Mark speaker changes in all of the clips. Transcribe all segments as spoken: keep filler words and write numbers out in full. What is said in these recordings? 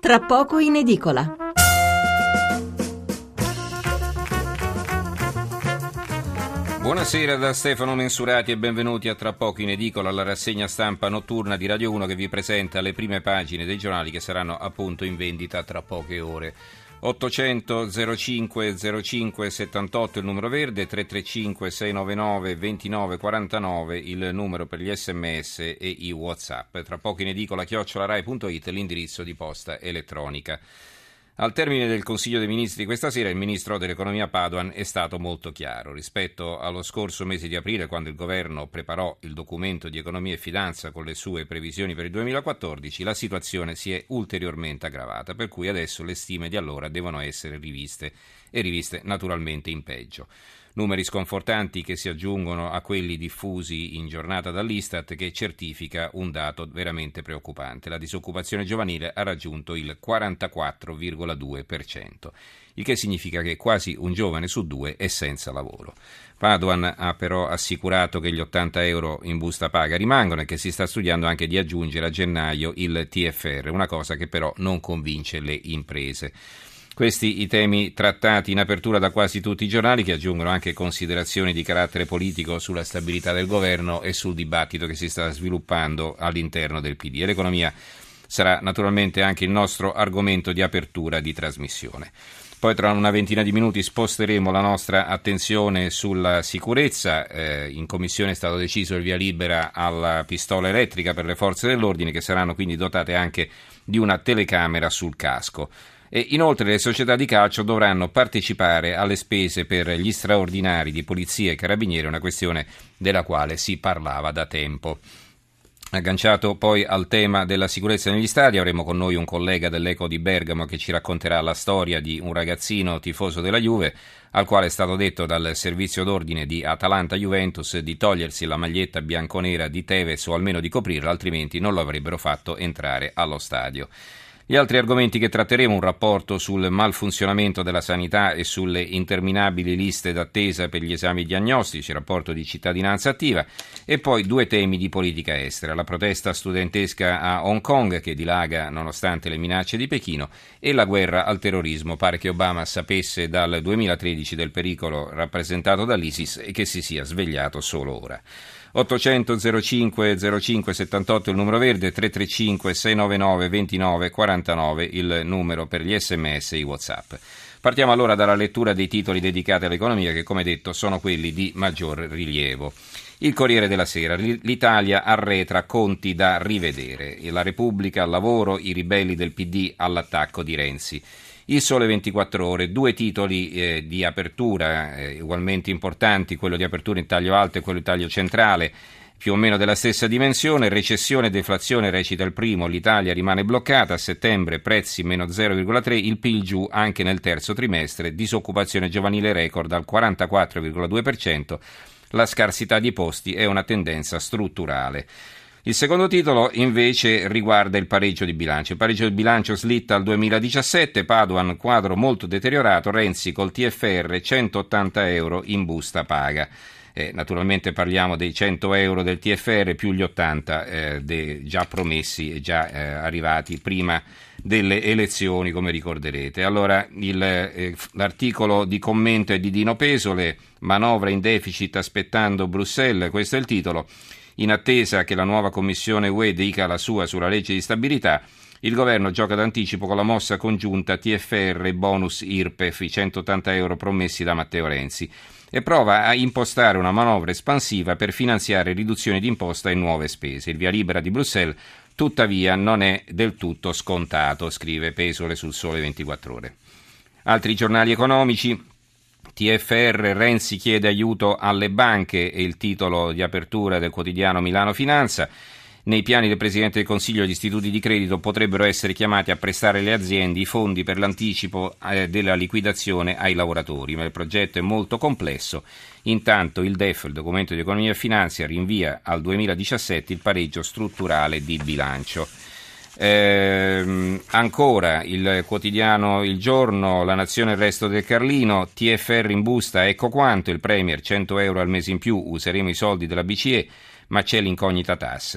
Speaker 1: Tra poco in edicola.
Speaker 2: Buonasera da Stefano Mensurati e benvenuti a Tra poco in edicola, la rassegna stampa notturna di Radio uno che vi presenta le prime pagine dei giornali che saranno appunto in vendita tra poche ore. ottocento zero cinque zero cinque settantotto il numero verde, tre tre cinque sei nove nove due nove quattro nove il numero per gli sms e i WhatsApp. Tra poco in edicola chiocciola rai punto it l'indirizzo di posta elettronica. Al termine del Consiglio dei Ministri questa sera il Ministro dell'Economia Padoan è stato molto chiaro. Rispetto allo scorso mese di aprile, quando il Governo preparò il documento di economia e finanza con le sue previsioni per il duemilaquattordici, la situazione si è ulteriormente aggravata, per cui adesso le stime di allora devono essere riviste e riviste naturalmente in peggio. Numeri sconfortanti che si aggiungono a quelli diffusi in giornata dall'Istat, che certifica un dato veramente preoccupante. La disoccupazione giovanile ha raggiunto il quarantaquattro virgola due per cento, il che significa che quasi un giovane su due è senza lavoro. Padoan ha però assicurato che gli ottanta euro in busta paga rimangono e che si sta studiando anche di aggiungere a gennaio il T F R, una cosa che però non convince le imprese. Questi i temi trattati in apertura da quasi tutti i giornali, che aggiungono anche considerazioni di carattere politico sulla stabilità del governo e sul dibattito che si sta sviluppando all'interno del P D. E l'economia sarà naturalmente anche il nostro argomento di apertura di trasmissione. Poi tra una ventina di minuti sposteremo la nostra attenzione sulla sicurezza. Eh, in commissione è stato deciso il via libera alla pistola elettrica per le forze dell'ordine, che saranno quindi dotate anche di una telecamera sul casco. E inoltre le società di calcio dovranno partecipare alle spese per gli straordinari di polizia e carabinieri, una questione della quale si parlava da tempo. Agganciato poi al tema della sicurezza negli stadi, avremo con noi un collega dell'Eco di Bergamo che ci racconterà la storia di un ragazzino tifoso della Juve al quale è stato detto dal servizio d'ordine di Atalanta-Juventus di togliersi la maglietta bianconera di Tevez o almeno di coprirla, altrimenti non lo avrebbero fatto entrare allo stadio. Gli altri argomenti che tratteremo: un rapporto sul malfunzionamento della sanità e sulle interminabili liste d'attesa per gli esami diagnostici, rapporto di cittadinanza attiva, e poi due temi di politica estera: la protesta studentesca a Hong Kong che dilaga nonostante le minacce di Pechino e la guerra al terrorismo. Pare che Obama sapesse dal duemilatredici del pericolo rappresentato dall'ISIS e che si sia svegliato solo ora. ottocento zero cinque zero cinque settantotto il numero verde, tre tre cinque sei nove nove due nove quattro nove il numero per gli sms e i WhatsApp. Partiamo allora dalla lettura dei titoli dedicati all'economia, che come detto sono quelli di maggior rilievo. Il Corriere della Sera: l'Italia arretra, conti da rivedere. La Repubblica: al lavoro, i ribelli del P D all'attacco di Renzi. Il Sole ventiquattro Ore, due titoli eh, di apertura eh, ugualmente importanti, quello di apertura in taglio alto e quello in taglio centrale, più o meno della stessa dimensione. Recessione e deflazione, recita il primo, l'Italia rimane bloccata, a settembre prezzi meno zero virgola tre, il P I L giù anche nel terzo trimestre, disoccupazione giovanile record al quarantaquattro virgola due per cento, la scarsità di posti è una tendenza strutturale. Il secondo titolo invece riguarda il pareggio di bilancio. Il pareggio di bilancio slitta al duemiladiciassette, Padoan quadro molto deteriorato, Renzi col T F R centottanta euro in busta paga. Eh, naturalmente parliamo dei cento euro del T F R più gli ottanta eh, de, già promessi e già eh, arrivati prima delle elezioni, come ricorderete. Allora il, eh, l'articolo di commento è di Dino Pesole: manovra in deficit aspettando Bruxelles, questo è il titolo. In attesa che la nuova Commissione U E dica la sua sulla legge di stabilità, il governo gioca d'anticipo con la mossa congiunta T F R e bonus I R P E F, i centottanta euro promessi da Matteo Renzi, e prova a impostare una manovra espansiva per finanziare riduzioni di imposta e nuove spese. Il via libera di Bruxelles, tuttavia, non è del tutto scontato, scrive Pesole sul Sole ventiquattro Ore. Altri giornali economici: T F R, Renzi chiede aiuto alle banche, è il titolo di apertura del quotidiano Milano Finanza. Nei piani del Presidente del Consiglio gli istituti di credito potrebbero essere chiamati a prestare alle aziende i fondi per l'anticipo eh, della liquidazione ai lavoratori, ma il progetto è molto complesso. Intanto il D E F, il documento di economia e finanza, rinvia al duemiladiciassette il pareggio strutturale di bilancio. Eh, ancora il quotidiano Il Giorno, La Nazione, il resto del Carlino: T F R in busta, ecco quanto, il Premier cento euro al mese in più, useremo i soldi della B C E, ma c'è l'incognita tasse.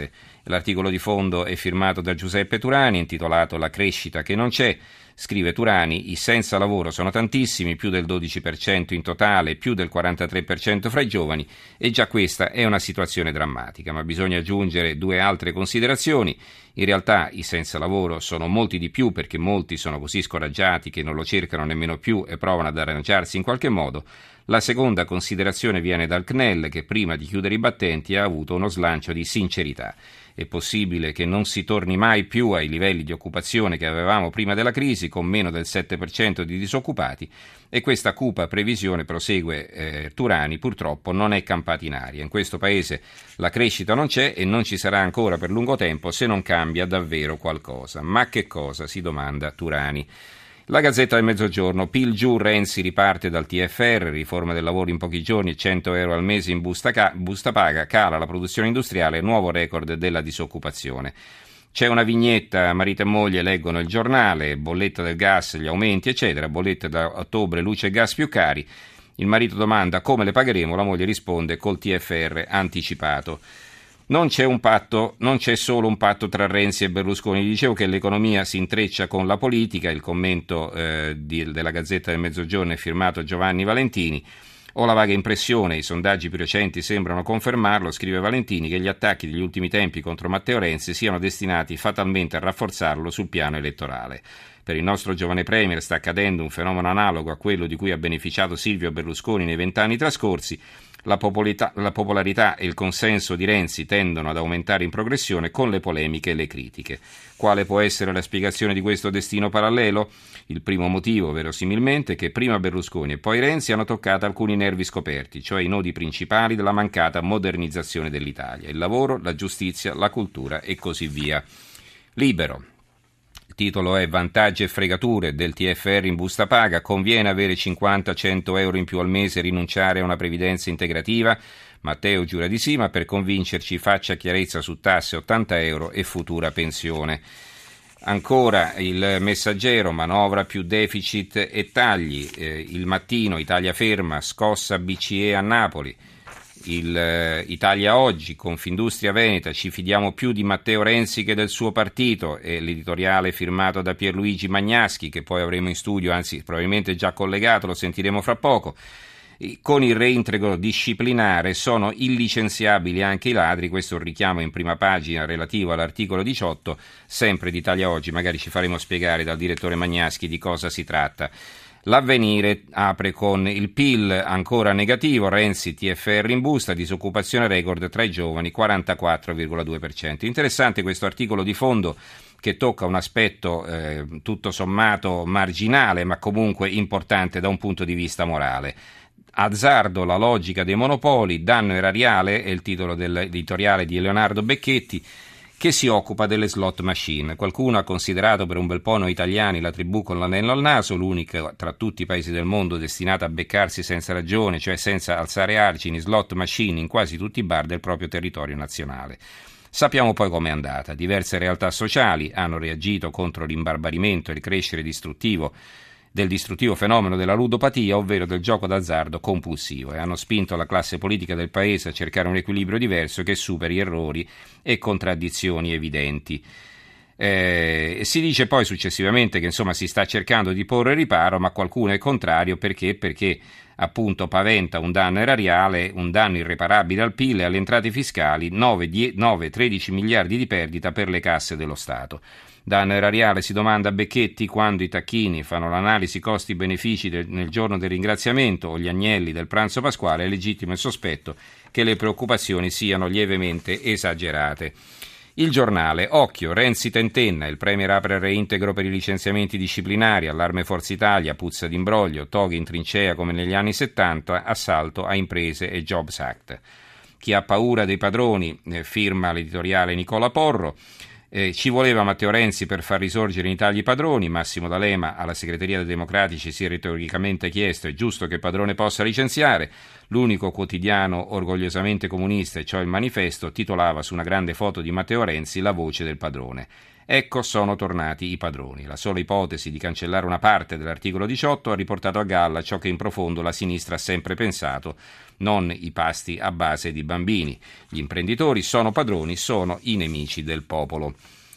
Speaker 2: L'articolo di fondo è firmato da Giuseppe Turani, intitolato La crescita che non c'è. Scrive Turani, i senza lavoro sono tantissimi, più del dodici per cento in totale, più del quarantatré per cento fra i giovani, e già questa è una situazione drammatica, ma bisogna aggiungere due altre considerazioni. In realtà i senza lavoro sono molti di più, perché molti sono così scoraggiati che non lo cercano nemmeno più e provano ad arrangiarsi in qualche modo. La seconda considerazione viene dal C N E L, che prima di chiudere i battenti ha avuto uno slancio di sincerità. È possibile che non si torni mai più ai livelli di occupazione che avevamo prima della crisi, con meno del sette per cento di disoccupati, e questa cupa previsione, prosegue eh, Turani, purtroppo non è campata in aria. In questo paese la crescita non c'è e non ci sarà ancora per lungo tempo se non cambia davvero qualcosa. Ma che cosa, si domanda Turani. La Gazzetta del Mezzogiorno, P I L giù, Renzi riparte dal T F R, riforma del lavoro in pochi giorni, cento euro al mese in busta, ca- busta paga, cala la produzione industriale, nuovo record della disoccupazione. C'è una vignetta, marito e moglie leggono il giornale, bolletta del gas, gli aumenti eccetera, bolletta da ottobre, luce e gas più cari, il marito domanda come le pagheremo, la moglie risponde col T F R anticipato. Non c'è un patto, non c'è solo un patto tra Renzi e Berlusconi. Dicevo che l'economia si intreccia con la politica. Il commento eh, di, della Gazzetta del Mezzogiorno è firmato Giovanni Valentini. Ho la vaga impressione, i sondaggi più recenti sembrano confermarlo, scrive Valentini, che gli attacchi degli ultimi tempi contro Matteo Renzi siano destinati fatalmente a rafforzarlo sul piano elettorale. Per il nostro giovane premier sta accadendo un fenomeno analogo a quello di cui ha beneficiato Silvio Berlusconi nei vent'anni trascorsi. La popolarità, la popolarità e il consenso di Renzi tendono ad aumentare in progressione con le polemiche e le critiche. Quale può essere la spiegazione di questo destino parallelo? Il primo motivo, verosimilmente, è che prima Berlusconi e poi Renzi hanno toccato alcuni nervi scoperti, cioè i nodi principali della mancata modernizzazione dell'Italia, il lavoro, la giustizia, la cultura e così via. Libero. Il titolo è Vantaggi e fregature del T F R in busta paga. Conviene avere cinquanta cento euro in più al mese e rinunciare a una previdenza integrativa? Matteo giura di sì, ma per convincerci faccia chiarezza su tasse, ottanta euro e futura pensione. Ancora il Messaggero, manovra più deficit e tagli. Eh, il Mattino, Italia ferma, scossa B C E a Napoli. Il eh, Italia Oggi, Confindustria Veneta, ci fidiamo più di Matteo Renzi che del suo partito, e l'editoriale firmato da Pierluigi Magnaschi, che poi avremo in studio, anzi probabilmente già collegato, lo sentiremo fra poco. Con il reintegro disciplinare sono illicenziabili anche i ladri, questo è un richiamo in prima pagina relativo all'articolo diciotto, sempre di Italia Oggi, magari ci faremo spiegare dal direttore Magnaschi di cosa si tratta. L'Avvenire apre con il P I L ancora negativo, Renzi T F R in busta, disoccupazione record tra i giovani quarantaquattro virgola due per cento. Interessante questo articolo di fondo che tocca un aspetto eh, tutto sommato marginale ma comunque importante da un punto di vista morale. Azzardo, la logica dei monopoli, danno erariale è il titolo dell'editoriale di Leonardo Becchetti, che si occupa delle slot machine. Qualcuno ha considerato per un bel po' noi italiani la tribù con l'anello al naso, l'unica tra tutti i paesi del mondo destinata a beccarsi senza ragione, cioè senza alzare argini, slot machine in quasi tutti i bar del proprio territorio nazionale. Sappiamo poi com'è andata. Diverse realtà sociali hanno reagito contro l'imbarbarimento e il crescere distruttivo del distruttivo fenomeno della ludopatia, ovvero del gioco d'azzardo compulsivo, e hanno spinto la classe politica del paese a cercare un equilibrio diverso che superi errori e contraddizioni evidenti. Eh, si dice poi successivamente che insomma si sta cercando di porre riparo, ma qualcuno è contrario perché perché appunto paventa un danno erariale, un danno irreparabile al P I L e alle entrate fiscali, nove tredici miliardi di perdita per le casse dello Stato. Danno erariale, si domanda Becchetti, quando i tacchini fanno l'analisi costi-benefici del, nel giorno del ringraziamento o gli agnelli del pranzo pasquale, è legittimo il sospetto che le preoccupazioni siano lievemente esagerate. Il Giornale, occhio, Renzi tentenna, il premier apre il reintegro per i licenziamenti disciplinari, allarme Forza Italia, puzza d'imbroglio, toghe in trincea come negli anni settanta, assalto a imprese e Jobs Act. Chi ha paura dei padroni, eh, firma l'editoriale Nicola Porro. Eh, ci voleva Matteo Renzi per far risorgere in Italia i padroni. Massimo D'Alema alla segreteria dei Democratici si è retoricamente chiesto: è giusto che Padrone possa licenziare? L'unico quotidiano orgogliosamente comunista, e cioè il Manifesto, titolava su una grande foto di Matteo Renzi la voce del padrone. Ecco, sono tornati i padroni. La sola ipotesi di cancellare una parte dell'articolo diciotto ha riportato a galla ciò che in profondo la sinistra ha sempre pensato, non i pasti a base di bambini. Gli imprenditori sono padroni, sono i nemici del popolo.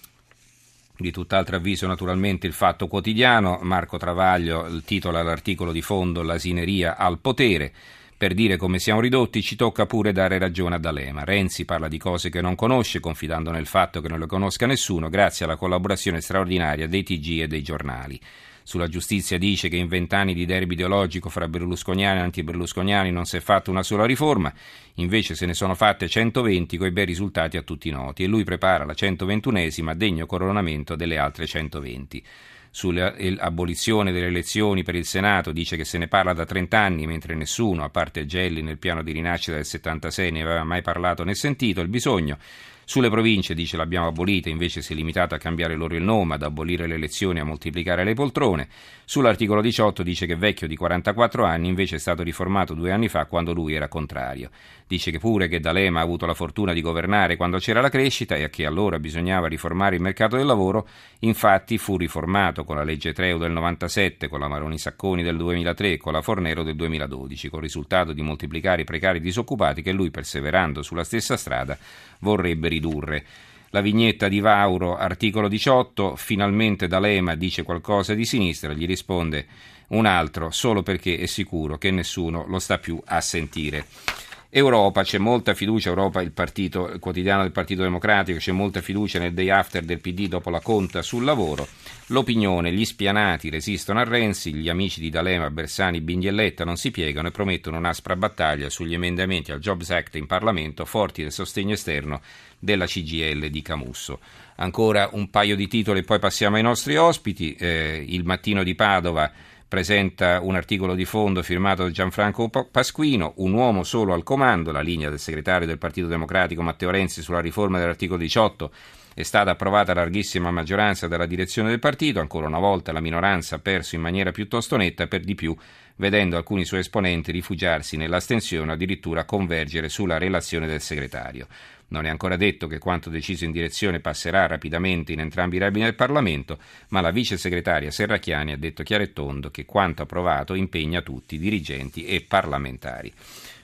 Speaker 2: Di tutt'altro avviso naturalmente il Fatto Quotidiano. Marco Travaglio titola l'articolo di fondo "L'asineria al potere". Per dire come siamo ridotti ci tocca pure dare ragione a D'Alema. Renzi parla di cose che non conosce, confidando nel fatto che non le conosca nessuno, grazie alla collaborazione straordinaria dei T G e dei giornali. Sulla giustizia dice che in vent'anni di derby ideologico fra berlusconiani e anti-berlusconiani non si è fatta una sola riforma, invece se ne sono fatte centoventi coi bei risultati a tutti noti, e lui prepara la centoventunesima degno coronamento delle altre centoventi. Sull'abolizione delle elezioni per il Senato dice che se ne parla da trent'anni, mentre nessuno, a parte Gelli nel piano di rinascita del settantasei, ne aveva mai parlato né sentito il bisogno. Sulle province dice l'abbiamo abolita, invece si è limitato a cambiare loro il nome, ad abolire le elezioni e a moltiplicare le poltrone. Sull'articolo diciotto dice che vecchio di quarantaquattro anni, invece è stato riformato due anni fa quando lui era contrario. Dice che pure che D'Alema ha avuto la fortuna di governare quando c'era la crescita e che allora bisognava riformare il mercato del lavoro, infatti fu riformato con la legge Treu del novantasette, con la Maroni Sacconi del duemilatré e con la Fornero del duemiladodici, col risultato di moltiplicare i precari disoccupati che lui, perseverando sulla stessa strada, vorrebbe ridurre. La vignetta di Vauro, articolo diciotto, finalmente D'Alema dice qualcosa di sinistra, gli risponde un altro solo perché è sicuro che nessuno lo sta più a sentire. Europa, c'è molta fiducia, Europa il partito, il quotidiano del Partito Democratico, c'è molta fiducia nel day after del P D dopo la conta sul lavoro. L'opinione, gli spianati resistono a Renzi, gli amici di D'Alema, Bersani, Bindi e Letta non si piegano e promettono un'aspra battaglia sugli emendamenti al Jobs Act in Parlamento, forti del sostegno esterno della C G I L di Camusso. Ancora un paio di titoli e poi passiamo ai nostri ospiti. Eh, il Mattino di Padova presenta un articolo di fondo firmato da Gianfranco Pasquino, un uomo solo al comando, la linea del segretario del Partito Democratico Matteo Renzi sulla riforma dell'articolo diciotto è stata approvata a larghissima maggioranza dalla direzione del partito, ancora una volta la minoranza ha perso in maniera piuttosto netta, per di più vedendo alcuni suoi esponenti rifugiarsi nell'astensione o addirittura convergere sulla relazione del segretario. Non è ancora detto che quanto deciso in direzione passerà rapidamente in entrambi i rami del Parlamento, ma la vice segretaria Serracchiani ha detto chiaro e tondo che quanto approvato impegna tutti, dirigenti e parlamentari.